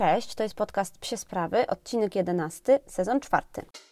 Cześć, to jest podcast Psie Sprawy, odcinek 11, sezon 4.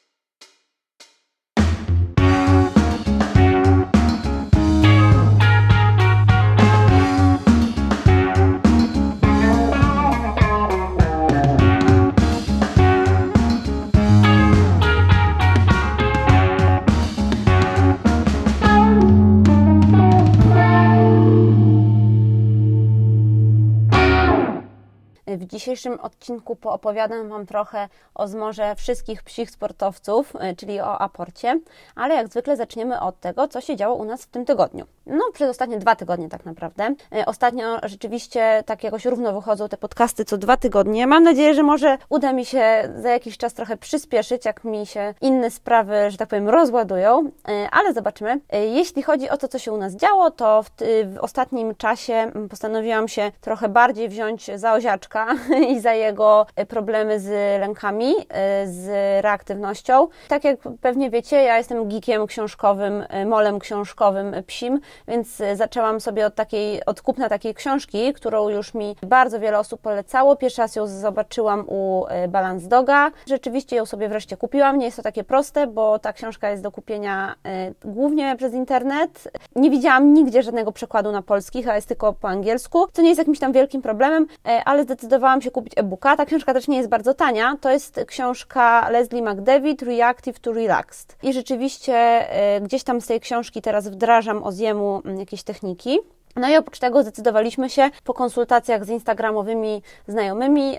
W dzisiejszym odcinku poopowiadam Wam trochę o zmorze wszystkich psich sportowców, czyli o aporcie, ale jak zwykle zaczniemy od tego, co się działo u nas w tym tygodniu. No, przez ostatnie 2 tygodnie tak naprawdę. Ostatnio rzeczywiście tak jakoś równo wychodzą te podcasty co 2 tygodnie. Mam nadzieję, że może uda mi się za jakiś czas trochę przyspieszyć, jak mi się inne sprawy, że tak powiem, rozładują, ale zobaczymy. Jeśli chodzi o to, co się u nas działo, to w ostatnim czasie postanowiłam się trochę bardziej wziąć za Oziaczka i za jego problemy z lękami, z reaktywnością. Tak jak pewnie wiecie, ja jestem geekiem książkowym, molem książkowym psim, więc zaczęłam sobie od kupna takiej książki, którą już mi bardzo wiele osób polecało. Pierwszy raz ją zobaczyłam u Balance Doga. Rzeczywiście ją sobie wreszcie kupiłam. Nie jest to takie proste, bo ta książka jest do kupienia głównie przez internet. Nie widziałam nigdzie żadnego przekładu na polski, a jest tylko po angielsku, co nie jest jakimś tam wielkim problemem, ale zdecydowałam się kupić e-booka. Ta książka też nie jest bardzo tania. To jest książka Leslie McDevitt, Reactive to Relaxed. I rzeczywiście gdzieś tam z tej książki teraz wdrażam Oziemu jakieś techniki. No i oprócz tego zdecydowaliśmy się po konsultacjach z instagramowymi znajomymi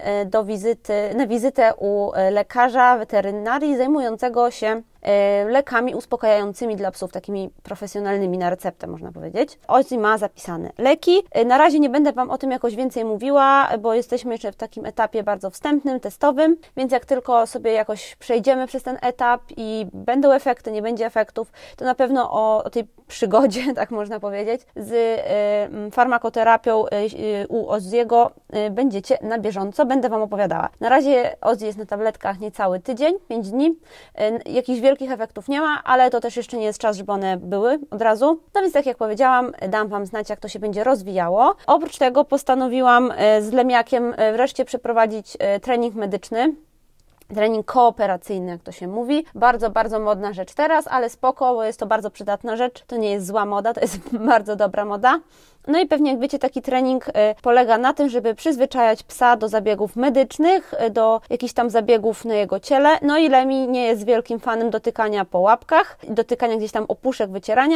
na wizytę u lekarza weterynarii zajmującego się lekami uspokajającymi dla psów, takimi profesjonalnymi na receptę, można powiedzieć. Ozzy ma zapisane leki. Na razie nie będę Wam o tym jakoś więcej mówiła, bo jesteśmy jeszcze w takim etapie bardzo wstępnym, testowym, więc jak tylko sobie jakoś przejdziemy przez ten etap i będą efekty, nie będzie efektów, to na pewno o tej przygodzie, tak można powiedzieć, z farmakoterapią u Ozziego będziecie na bieżąco, będę Wam opowiadała. Na razie Ozzy jest na tabletkach niecały tydzień, 5 dni. Jakichś wielkich efektów nie ma, ale to też jeszcze nie jest czas, żeby one były od razu. No więc tak jak powiedziałam, dam Wam znać, jak to się będzie rozwijało. Oprócz tego postanowiłam z Lemiakiem wreszcie przeprowadzić trening medyczny. Trening kooperacyjny, jak to się mówi. Bardzo, bardzo modna rzecz teraz, ale spoko, bo jest to bardzo przydatna rzecz. To nie jest zła moda, to jest bardzo dobra moda. No i pewnie jak wiecie, taki trening polega na tym, żeby przyzwyczajać psa do zabiegów medycznych, do jakichś tam zabiegów na jego ciele. No i Lemi nie jest wielkim fanem dotykania po łapkach, dotykania gdzieś tam opuszek, wycierania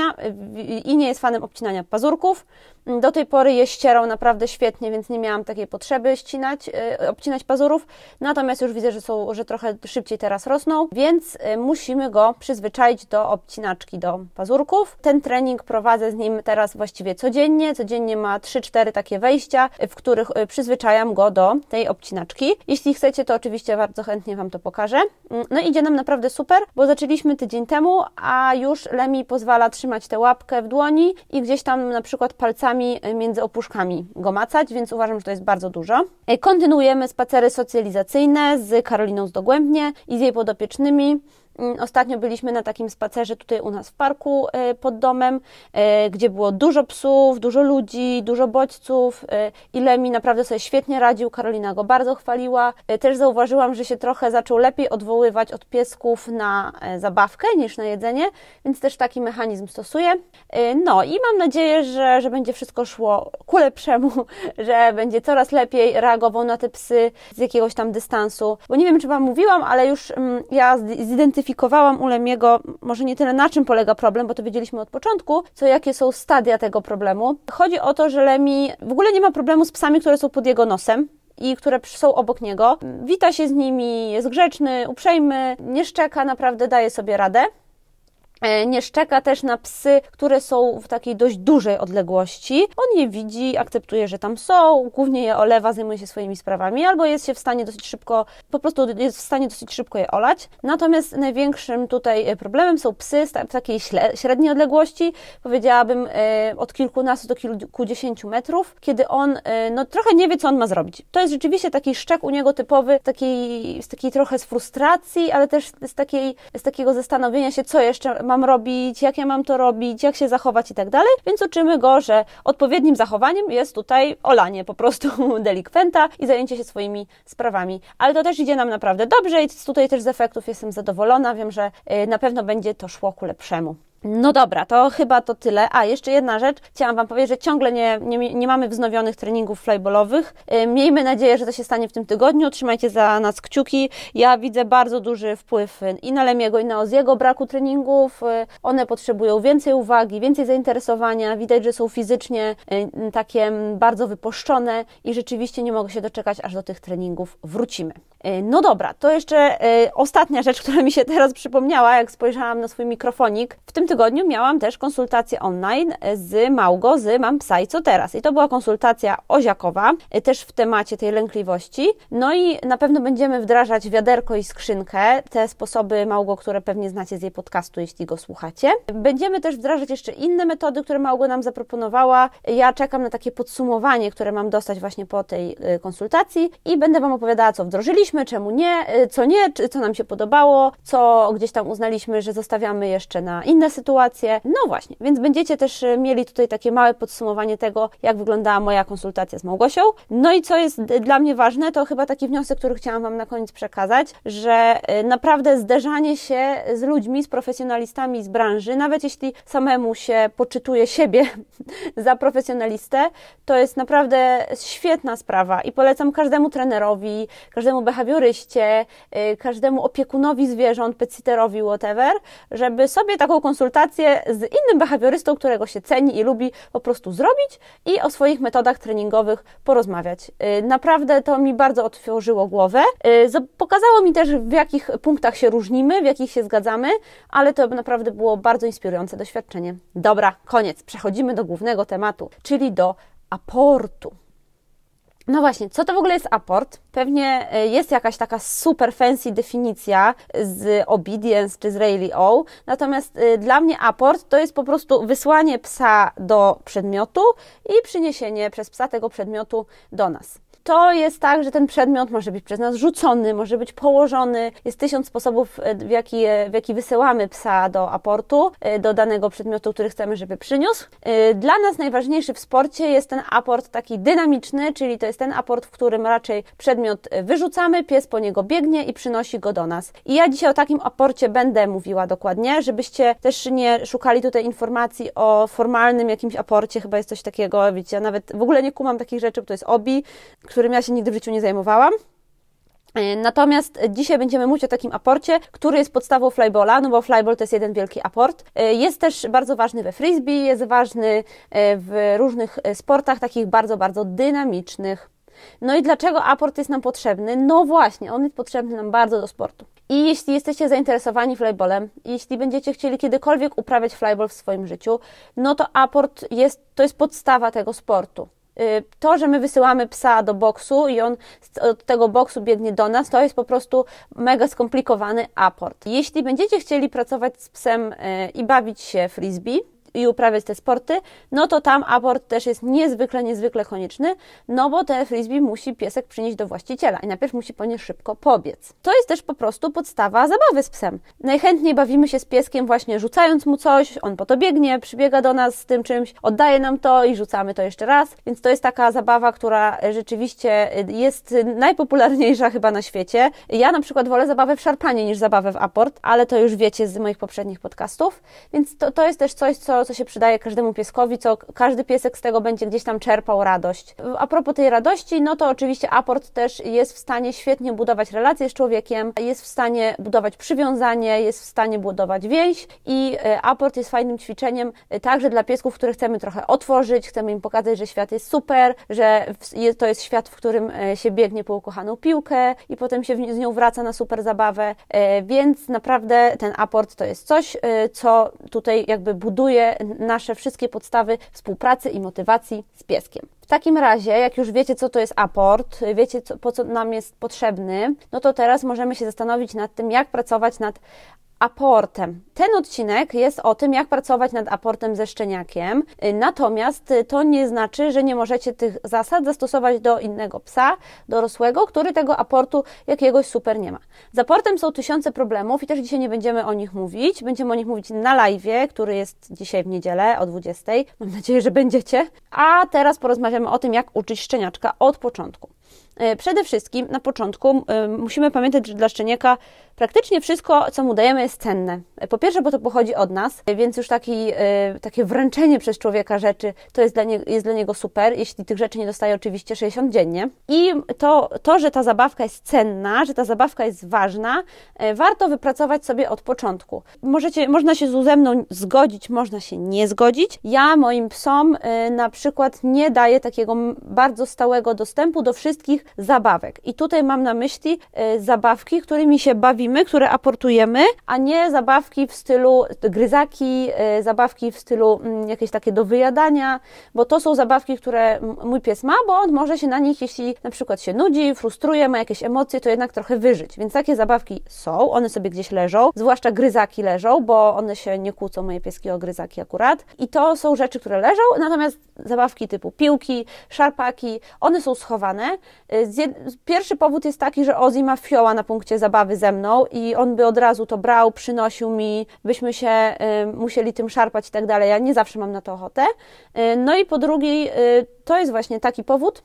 i nie jest fanem obcinania pazurków. Do tej pory je ścierał naprawdę świetnie, więc nie miałam takiej potrzeby obcinać pazurów. Natomiast już widzę, że trochę szybciej teraz rosną, więc musimy go przyzwyczaić do obcinaczki, do pazurków. Ten trening prowadzę z nim teraz właściwie codziennie. Codziennie ma 3-4 takie wejścia, w których przyzwyczajam go do tej obcinaczki. Jeśli chcecie, to oczywiście bardzo chętnie Wam to pokażę. No idzie nam naprawdę super, bo zaczęliśmy tydzień temu, a już Lemi pozwala trzymać tę łapkę w dłoni i gdzieś tam na przykład palcami między opuszkami go macać, więc uważam, że to jest bardzo dużo. Kontynuujemy spacery socjalizacyjne z Karoliną z Dogłębnie i z jej podopiecznymi. Ostatnio byliśmy na takim spacerze tutaj u nas w parku pod domem, gdzie było dużo psów, dużo ludzi, dużo bodźców i Lemi naprawdę sobie świetnie radził, Karolina go bardzo chwaliła. Też zauważyłam, że się trochę zaczął lepiej odwoływać od piesków na zabawkę niż na jedzenie, więc też taki mechanizm stosuję. No i mam nadzieję, że będzie wszystko szło ku lepszemu, że będzie coraz lepiej reagował na te psy z jakiegoś tam dystansu, bo nie wiem, czy Wam mówiłam, ale już ja zidentyfikowałam u Lemiego, może nie tyle na czym polega problem, bo to wiedzieliśmy od początku, co jakie są stadia tego problemu. Chodzi o to, że Lemi w ogóle nie ma problemu z psami, które są pod jego nosem i które są obok niego. Wita się z nimi, jest grzeczny, uprzejmy, nie szczeka, naprawdę daje sobie radę. Nie szczeka też na psy, które są w takiej dość dużej odległości. On je widzi, akceptuje, że tam są, głównie je olewa, zajmuje się swoimi sprawami, albo jest w stanie dosyć szybko je olać. Natomiast największym tutaj problemem są psy w takiej średniej odległości, powiedziałabym od kilkunastu do kilkudziesięciu metrów, kiedy on trochę nie wie, co on ma zrobić. To jest rzeczywiście taki szczek u niego typowy, z takiej trochę z frustracji, ale też z takiego zastanowienia się, co jeszcze mam robić, jak ja mam to robić, jak się zachować i tak dalej, więc uczymy go, że odpowiednim zachowaniem jest tutaj olanie po prostu delikwenta i zajęcie się swoimi sprawami. Ale to też idzie nam naprawdę dobrze i tutaj też z efektów jestem zadowolona, wiem, że na pewno będzie to szło ku lepszemu. No dobra, to chyba to tyle. A, jeszcze jedna rzecz. Chciałam Wam powiedzieć, że ciągle nie mamy wznowionych treningów flyballowych. Miejmy nadzieję, że to się stanie w tym tygodniu. Trzymajcie za nas kciuki. Ja widzę bardzo duży wpływ i na Lemiego, i na Oziego braku treningów. One potrzebują więcej uwagi, więcej zainteresowania. Widać, że są fizycznie takie bardzo wypuszczone i rzeczywiście nie mogę się doczekać, aż do tych treningów wrócimy. No dobra, to jeszcze ostatnia rzecz, która mi się teraz przypomniała, jak spojrzałam na swój mikrofonik. W tym tygodniu miałam też konsultację online z Małgo, z Mam Psa i co teraz? I to była konsultacja oziakowa, też w temacie tej lękliwości. No i na pewno będziemy wdrażać wiaderko i skrzynkę, te sposoby, Małgo, które pewnie znacie z jej podcastu, jeśli go słuchacie. Będziemy też wdrażać jeszcze inne metody, które Małgo nam zaproponowała. Ja czekam na takie podsumowanie, które mam dostać właśnie po tej konsultacji i będę Wam opowiadała, co wdrożyliśmy, czemu nie, co nam się podobało, co gdzieś tam uznaliśmy, że zostawiamy jeszcze na inne sytuacje. No właśnie, więc będziecie też mieli tutaj takie małe podsumowanie tego, jak wyglądała moja konsultacja z Małgosią. No i co jest dla mnie ważne, to chyba taki wniosek, który chciałam Wam na koniec przekazać, że naprawdę zderzanie się z ludźmi, z profesjonalistami z branży, nawet jeśli samemu się poczytuje siebie za profesjonalistę, to jest naprawdę świetna sprawa i polecam każdemu trenerowi, każdemu behawioryście, każdemu opiekunowi zwierząt, petsitterowi, whatever, żeby sobie taką konsultację z innym behawiorystą, którego się ceni i lubi, po prostu zrobić i o swoich metodach treningowych porozmawiać. Naprawdę to mi bardzo otworzyło głowę. Pokazało mi też, w jakich punktach się różnimy, w jakich się zgadzamy, ale to naprawdę było bardzo inspirujące doświadczenie. Dobra, koniec. Przechodzimy do głównego tematu, czyli do aportu. No właśnie, co to w ogóle jest aport? Pewnie jest jakaś taka super fancy definicja z Obedience czy z Rayleigh O, natomiast dla mnie aport to jest po prostu wysłanie psa do przedmiotu i przyniesienie przez psa tego przedmiotu do nas. To jest tak, że ten przedmiot może być przez nas rzucony, może być położony. Jest 1000 sposobów, w jaki wysyłamy psa do aportu, do danego przedmiotu, który chcemy, żeby przyniósł. Dla nas najważniejszy w sporcie jest ten aport taki dynamiczny, czyli to jest ten aport, w którym raczej przedmiot wyrzucamy, pies po niego biegnie i przynosi go do nas. I ja dzisiaj o takim aporcie będę mówiła dokładnie, żebyście też nie szukali tutaj informacji o formalnym jakimś aporcie, chyba jest coś takiego, wiecie, ja nawet w ogóle nie kumam takich rzeczy, bo to jest obi, którym ja się nigdy w życiu nie zajmowałam. Natomiast dzisiaj będziemy mówić o takim aporcie, który jest podstawą flyballa, no bo flyball to jest jeden wielki aport. Jest też bardzo ważny we frisbee, jest ważny w różnych sportach takich bardzo, bardzo dynamicznych. No i dlaczego aport jest nam potrzebny? No właśnie, on jest potrzebny nam bardzo do sportu. I jeśli jesteście zainteresowani flyballem, jeśli będziecie chcieli kiedykolwiek uprawiać flyball w swoim życiu, no to aport to jest podstawa tego sportu. To, że my wysyłamy psa do boksu i on od tego boksu biegnie do nas, to jest po prostu mega skomplikowany aport. Jeśli będziecie chcieli pracować z psem i bawić się frisbee i uprawiać te sporty, no to tam aport też jest niezwykle konieczny, no bo te frisbee musi piesek przynieść do właściciela i najpierw musi po nie szybko pobiec. To jest też po prostu podstawa zabawy z psem. Najchętniej bawimy się z pieskiem właśnie rzucając mu coś, on po to biegnie, przybiega do nas z tym czymś, oddaje nam to i rzucamy to jeszcze raz, więc to jest taka zabawa, która rzeczywiście jest najpopularniejsza chyba na świecie. Ja na przykład wolę zabawę w szarpanie niż zabawę w aport, ale to już wiecie z moich poprzednich podcastów, więc to jest też coś, co się przydaje każdemu pieskowi, co każdy piesek z tego będzie gdzieś tam czerpał radość. A propos tej radości, no to oczywiście aport też jest w stanie świetnie budować relacje z człowiekiem, jest w stanie budować przywiązanie, jest w stanie budować więź i aport jest fajnym ćwiczeniem także dla piesków, które chcemy trochę otworzyć, chcemy im pokazać, że świat jest super, że to jest świat, w którym się biegnie po ukochaną piłkę i potem się z nią wraca na super zabawę, więc naprawdę ten aport to jest coś, co tutaj jakby buduje nasze wszystkie podstawy współpracy i motywacji z pieskiem. W takim razie, jak już wiecie, co to jest aport, wiecie, po co nam jest potrzebny, no to teraz możemy się zastanowić nad tym, jak pracować nad aportem. Ten odcinek jest o tym, jak pracować nad aportem ze szczeniakiem, natomiast to nie znaczy, że nie możecie tych zasad zastosować do innego psa, dorosłego, który tego aportu jakiegoś super nie ma. Z aportem są tysiące problemów i też dzisiaj nie będziemy o nich mówić. Będziemy o nich mówić na live'ie, który jest dzisiaj w niedzielę o 20. Mam nadzieję, że będziecie. A teraz porozmawiamy o tym, jak uczyć szczeniaczka od początku. Przede wszystkim na początku musimy pamiętać, że dla szczeniaka praktycznie wszystko, co mu dajemy, jest cenne. Po pierwsze, bo to pochodzi od nas, więc już takie wręczenie przez człowieka rzeczy to jest dla niego super, jeśli tych rzeczy nie dostaje oczywiście 60 dziennie. I to, że ta zabawka jest cenna, że ta zabawka jest ważna, warto wypracować sobie od początku. Można się ze mną zgodzić, można się nie zgodzić. Ja moim psom na przykład nie daję takiego bardzo stałego dostępu do wszystkich zabawek. I tutaj mam na myśli zabawki, którymi się bawimy, które aportujemy, a nie zabawki w stylu gryzaki, zabawki w stylu jakieś takie do wyjadania, bo to są zabawki, które mój pies ma, bo on może się na nich, jeśli na przykład się nudzi, frustruje, ma jakieś emocje, to jednak trochę wyżyć. Więc takie zabawki są, one sobie gdzieś leżą, zwłaszcza gryzaki leżą, bo one się nie kłócą, moje pieski, o gryzaki akurat. I to są rzeczy, które leżą, natomiast zabawki typu piłki, szarpaki, one są schowane. Pierwszy powód jest taki, że Ozzy ma fioła na punkcie zabawy ze mną i on by od razu to brał, przynosił mi, byśmy się musieli tym szarpać i tak dalej. Ja nie zawsze mam na to ochotę. No i po drugi, to jest właśnie taki powód,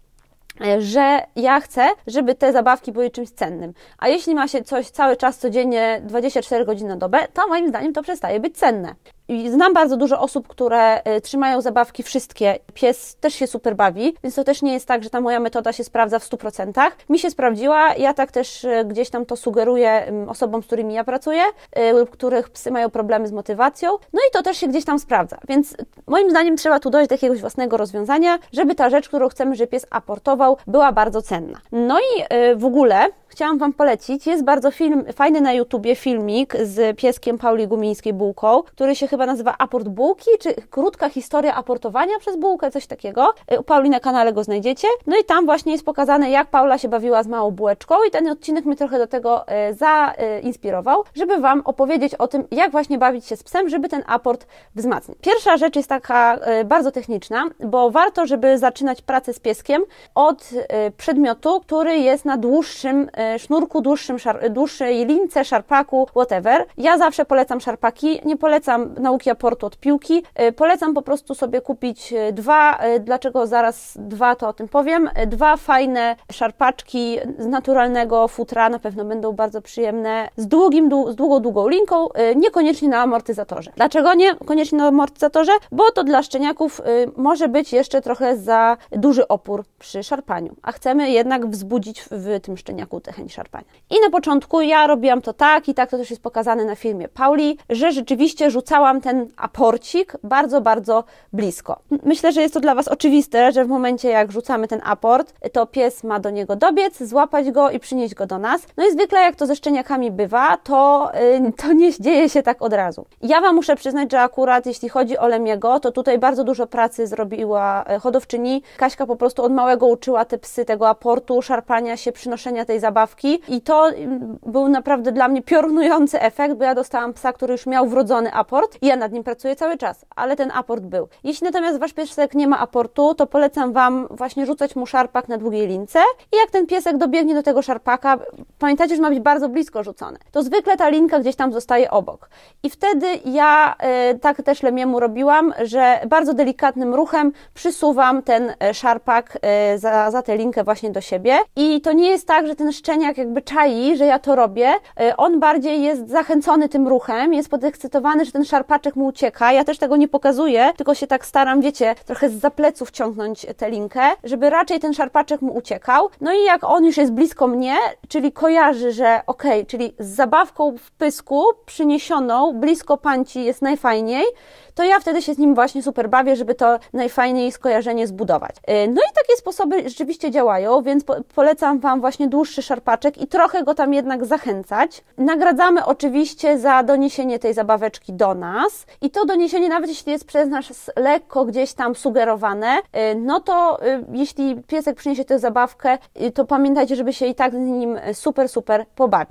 że ja chcę, żeby te zabawki były czymś cennym. A jeśli ma się coś cały czas, codziennie, 24 godziny na dobę, to moim zdaniem to przestaje być cenne. I znam bardzo dużo osób, które trzymają zabawki wszystkie. Pies też się super bawi, więc to też nie jest tak, że ta moja metoda się sprawdza w 100%. Mi się sprawdziła, ja tak też gdzieś tam to sugeruję osobom, z którymi ja pracuję, lub których psy mają problemy z motywacją. No i to też się gdzieś tam sprawdza. Więc moim zdaniem trzeba tu dojść do jakiegoś własnego rozwiązania, żeby ta rzecz, którą chcemy, żeby pies aportował, była bardzo cenna. No i w ogóle chciałam Wam polecić, jest bardzo fajny na YouTubie filmik z pieskiem Pauli Gumińskiej-Bułką, który się chyba nazywa Aport Bułki, czy krótka historia aportowania przez bułkę, coś takiego. U Pauli na kanale go znajdziecie. No i tam właśnie jest pokazane, jak Paula się bawiła z małą bułeczką i ten odcinek mnie trochę do tego zainspirował, żeby Wam opowiedzieć o tym, jak właśnie bawić się z psem, żeby ten aport wzmacniać. Pierwsza rzecz jest taka bardzo techniczna, bo warto, żeby zaczynać pracę z pieskiem od przedmiotu, który jest na dłuższym sznurku, dłuższej lince, szarpaku, whatever. Ja zawsze polecam szarpaki, nie polecam nauki aportu od piłki. Polecam po prostu sobie kupić dlaczego zaraz dwa, to o tym powiem, dwa fajne szarpaczki z naturalnego futra, na pewno będą bardzo przyjemne, z długą linką, niekoniecznie na amortyzatorze. Dlaczego nie koniecznie na amortyzatorze? Bo to dla szczeniaków może być jeszcze trochę za duży opór przy szarpaniu, a chcemy jednak wzbudzić w tym szczeniaku tę chęć szarpania. I na początku ja robiłam to tak i tak to też jest pokazane na filmie Pauli, że rzeczywiście rzucałam ten aporcik bardzo, bardzo blisko. Myślę, że jest to dla Was oczywiste, że w momencie jak rzucamy ten aport, to pies ma do niego dobiec, złapać go i przynieść go do nas. No i zwykle jak to ze szczeniakami bywa, to nie dzieje się tak od razu. Ja Wam muszę przyznać, że akurat jeśli chodzi o Lemiego, to tutaj bardzo dużo pracy zrobiła hodowczyni. Kaśka po prostu od małego uczyła te psy tego aportu, szarpania się, przynoszenia tej zabawki i to był naprawdę dla mnie piorunujący efekt, bo ja dostałam psa, który już miał wrodzony aport i ja nad nim pracuję cały czas, ale ten aport był. Jeśli natomiast Wasz piesek nie ma aportu, to polecam Wam właśnie rzucać mu szarpak na długiej lince i jak ten piesek dobiegnie do tego szarpaka, pamiętajcie, że ma być bardzo blisko rzucony, to zwykle ta linka gdzieś tam zostaje obok. I wtedy ja tak też Lemiemu robiłam, że bardzo delikatnym ruchem przysuwam ten szarpak za tę linkę właśnie do siebie i to nie jest tak, że ten szczeniak jakby czai, że ja to robię, on bardziej jest zachęcony tym ruchem, jest podekscytowany, że ten szarpaczek mu ucieka, ja też tego nie pokazuję, tylko się tak staram, wiecie, trochę zza pleców ciągnąć tę linkę, żeby raczej ten szarpaczek mu uciekał. No i jak on już jest blisko mnie, czyli kojarzy, że okej, czyli z zabawką w pysku przyniesioną blisko panci jest najfajniej, to ja wtedy się z nim właśnie super bawię, żeby to najfajniej skojarzenie zbudować. No i takie sposoby rzeczywiście działają, więc polecam Wam właśnie dłuższy szarpaczek i trochę go tam jednak zachęcać. Nagradzamy oczywiście za doniesienie tej zabaweczki do nas i to doniesienie, nawet jeśli jest przez nas lekko gdzieś tam sugerowane, no to jeśli piesek przyniesie tę zabawkę, to pamiętajcie, żeby się i tak z nim super, super pobawić.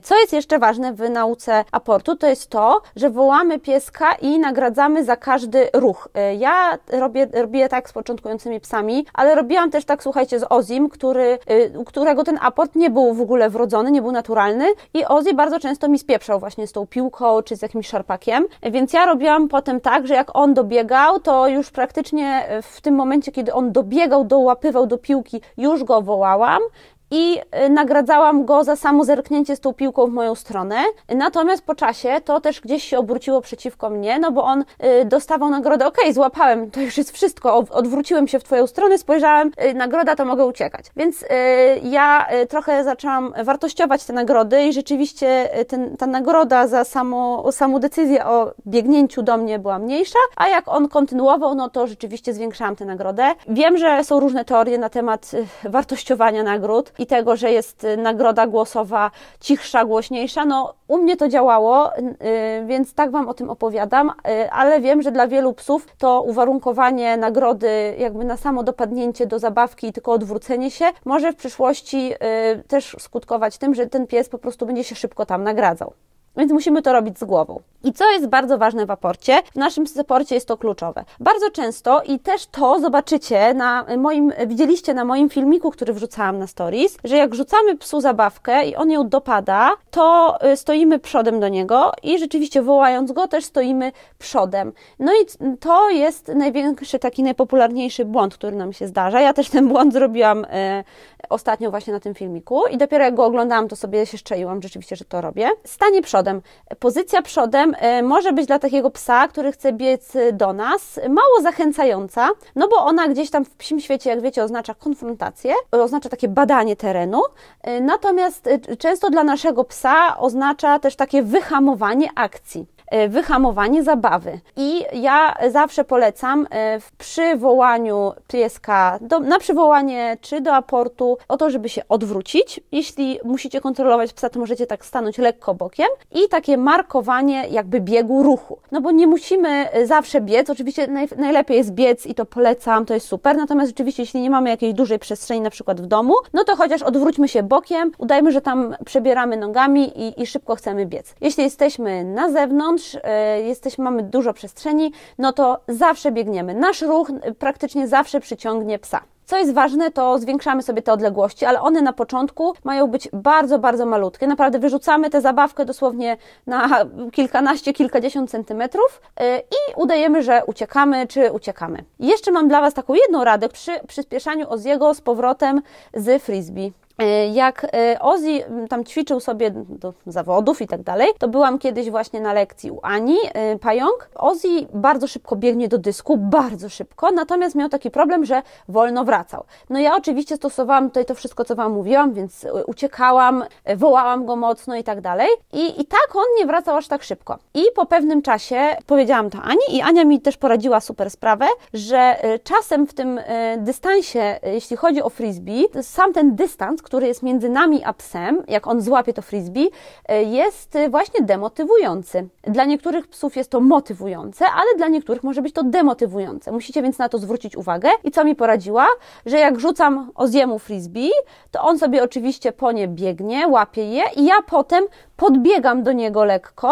Co jest jeszcze ważne w nauce aportu, to jest to, że wołamy pieska i nagradzamy za każdy ruch. Ja robię tak z początkującymi psami, ale robiłam też tak, słuchajcie, z Ozim, u którego ten aport nie był w ogóle wrodzony, nie był naturalny i Ozzy bardzo często mi spieprzał właśnie z tą piłką czy z jakimś szarpakiem, więc ja robiłam potem tak, że jak on dobiegał, to już praktycznie w tym momencie, kiedy on dobiegał, dołapywał do piłki, już go wołałam i nagradzałam go za samo zerknięcie z tą piłką w moją stronę. Natomiast po czasie to też gdzieś się obróciło przeciwko mnie, no bo on dostawał nagrodę, okej, złapałem, to już jest wszystko, odwróciłem się w twoją stronę, spojrzałem, nagroda, to mogę uciekać. Więc ja trochę zaczęłam wartościować te nagrody i rzeczywiście ta nagroda za samą decyzję o biegnięciu do mnie była mniejsza, a jak on kontynuował, no to rzeczywiście zwiększałam tę nagrodę. Wiem, że są różne teorie na temat wartościowania nagród i tego, że jest nagroda głosowa cichsza, głośniejsza. No, u mnie to działało, więc tak Wam o tym opowiadam, ale wiem, że dla wielu psów to uwarunkowanie nagrody jakby na samo dopadnięcie do zabawki i tylko odwrócenie się może w przyszłości też skutkować tym, że ten pies po prostu będzie się szybko tam nagradzał. Więc musimy to robić z głową. I co jest bardzo ważne w aporcie? W naszym aporcie jest to kluczowe. Bardzo często, i też to zobaczycie widzieliście na moim filmiku, który wrzucałam na stories, że jak rzucamy psu zabawkę i on ją dopada, to stoimy przodem do niego i rzeczywiście wołając go też stoimy przodem. No i to jest największy, taki najpopularniejszy błąd, który nam się zdarza. Ja też ten błąd zrobiłam ostatnio właśnie na tym filmiku i dopiero jak go oglądałam, to sobie się szczaiłam rzeczywiście, że to robię. Stanie przodem. Pozycja przodem może być dla takiego psa, który chce biec do nas, mało zachęcająca, no bo ona gdzieś tam w psim świecie, jak wiecie, oznacza konfrontację, oznacza takie badanie terenu, natomiast często dla naszego psa oznacza też takie wyhamowanie akcji. Wyhamowanie zabawy. I ja zawsze polecam przy wołaniu pieska na przywołanie czy do aportu o to, żeby się odwrócić. Jeśli musicie kontrolować psa, to możecie tak stanąć lekko bokiem i takie markowanie jakby biegu ruchu. No bo nie musimy zawsze biec, oczywiście najlepiej jest biec i to polecam, to jest super, natomiast rzeczywiście jeśli nie mamy jakiejś dużej przestrzeni na przykład w domu, no to chociaż odwróćmy się bokiem, udajmy, że tam przebieramy nogami i szybko chcemy biec. Jeśli jesteśmy na zewnątrz, mamy dużo przestrzeni, no to zawsze biegniemy. Nasz ruch praktycznie zawsze przyciągnie psa. Co jest ważne, to zwiększamy sobie te odległości, ale one na początku mają być bardzo, bardzo malutkie. Naprawdę wyrzucamy tę zabawkę dosłownie na kilkanaście, kilkadziesiąt centymetrów i udajemy, że uciekamy czy uciekamy. Jeszcze mam dla Was taką jedną radę przy przyspieszaniu Ozzy'ego z powrotem z frisbee. Jak Ozzy tam ćwiczył sobie do zawodów i tak dalej, to byłam kiedyś właśnie na lekcji u Ani Pająk. Ozzy bardzo szybko biegnie do dysku, bardzo szybko, natomiast miał taki problem, że wolno wracał. No ja oczywiście stosowałam tutaj to wszystko, co Wam mówiłam, więc uciekałam, wołałam go mocno i tak dalej. I tak on nie wracał aż tak szybko. I po pewnym czasie powiedziałam to Ani i Ania mi też poradziła super sprawę, że czasem w tym dystansie, jeśli chodzi o frisbee, sam ten dystans, który jest między nami a psem, jak on złapie to frisbee, jest właśnie demotywujący. Dla niektórych psów jest to motywujące, ale dla niektórych może być to demotywujące. Musicie więc na to zwrócić uwagę. I co mi poradziła? Że jak rzucam Ozzy'emu frisbee, to on sobie oczywiście po nie biegnie, łapie je i ja potem podbiegam do niego lekko,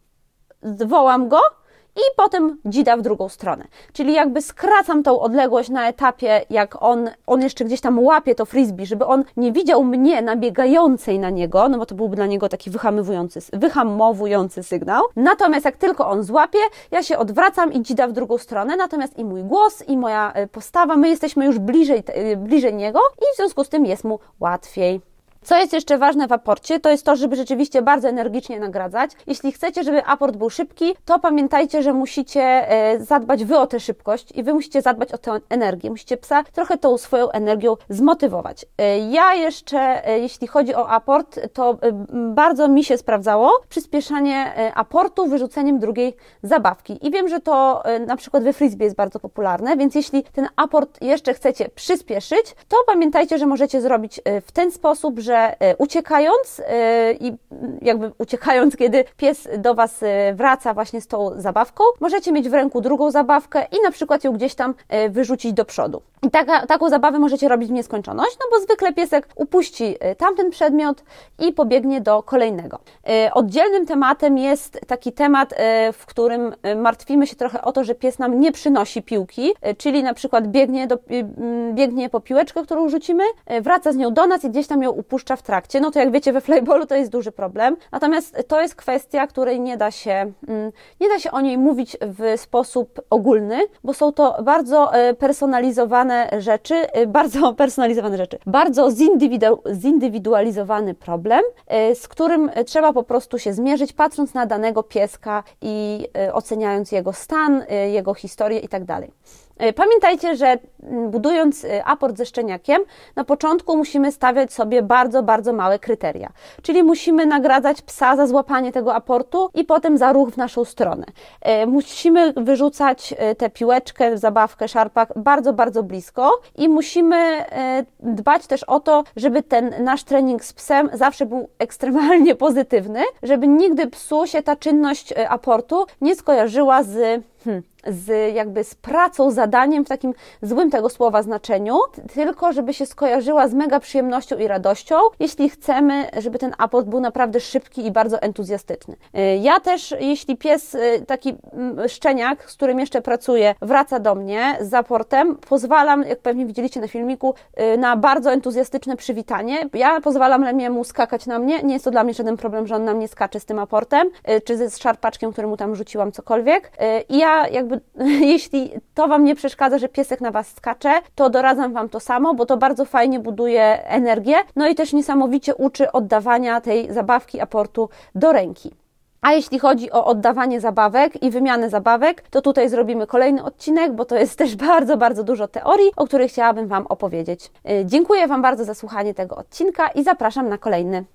wołam go i potem dzida w drugą stronę. Czyli jakby skracam tą odległość na etapie, jak on jeszcze gdzieś tam łapie to frisbee, żeby on nie widział mnie nabiegającej na niego, no bo to byłby dla niego taki wyhamowujący sygnał. Natomiast jak tylko on złapie, ja się odwracam i dzida w drugą stronę, natomiast i mój głos, i moja postawa, my jesteśmy już bliżej niego i w związku z tym jest mu łatwiej. Co jest jeszcze ważne w aporcie, to jest to, żeby rzeczywiście bardzo energicznie nagradzać. Jeśli chcecie, żeby aport był szybki, to pamiętajcie, że musicie zadbać Wy o tę szybkość i Wy musicie zadbać o tę energię. Musicie psa trochę tą swoją energią zmotywować. Ja jeszcze, jeśli chodzi o aport, to bardzo mi się sprawdzało przyspieszanie aportu wyrzuceniem drugiej zabawki. I wiem, że to na przykład we frisbee jest bardzo popularne, więc jeśli ten aport jeszcze chcecie przyspieszyć, to pamiętajcie, że możecie zrobić w ten sposób, że że uciekając i jakby uciekając, kiedy pies do Was wraca właśnie z tą zabawką, możecie mieć w ręku drugą zabawkę i na przykład ją gdzieś tam wyrzucić do przodu. I taką zabawę możecie robić w nieskończoność, no bo zwykle piesek upuści tamten przedmiot i pobiegnie do kolejnego. Oddzielnym tematem jest taki temat, w którym martwimy się trochę o to, że pies nam nie przynosi piłki, czyli na przykład biegnie po piłeczkę, którą rzucimy, wraca z nią do nas i gdzieś tam ją upuszcza w trakcie. No to jak wiecie, we flyballu to jest duży problem. Natomiast to jest kwestia, której nie da się o niej mówić w sposób ogólny, bo są to bardzo personalizowane rzeczy, bardzo zindywidualizowany problem, z którym trzeba po prostu się zmierzyć, patrząc na danego pieska i oceniając jego stan, jego historię i tak dalej. Pamiętajcie, że budując aport ze szczeniakiem, na początku musimy stawiać sobie bardzo, bardzo małe kryteria. Czyli musimy nagradzać psa za złapanie tego aportu i potem za ruch w naszą stronę. Musimy wyrzucać tę piłeczkę, zabawkę, szarpak bardzo, bardzo blisko i musimy dbać też o to, żeby ten nasz trening z psem zawsze był ekstremalnie pozytywny, żeby nigdy psu się ta czynność aportu nie skojarzyła z pracą, zadaniem w takim złym tego słowa znaczeniu, tylko żeby się skojarzyła z mega przyjemnością i radością, jeśli chcemy, żeby ten aport był naprawdę szybki i bardzo entuzjastyczny. Ja też, jeśli pies, taki szczeniak, z którym jeszcze pracuję, wraca do mnie z aportem, pozwalam, jak pewnie widzieliście na filmiku, na bardzo entuzjastyczne przywitanie. Ja pozwalam Lemiemu skakać na mnie, nie jest to dla mnie żaden problem, że on na mnie skacze z tym aportem, czy z szarpaczkiem, który mu tam rzuciłam, cokolwiek. I ja jeśli to Wam nie przeszkadza, że piesek na Was skacze, to doradzam Wam to samo, bo to bardzo fajnie buduje energię, no i też niesamowicie uczy oddawania tej zabawki, aportu do ręki. A jeśli chodzi o oddawanie zabawek i wymianę zabawek, to tutaj zrobimy kolejny odcinek, bo to jest też bardzo, bardzo dużo teorii, o których chciałabym Wam opowiedzieć. Dziękuję Wam bardzo za słuchanie tego odcinka i zapraszam na kolejny.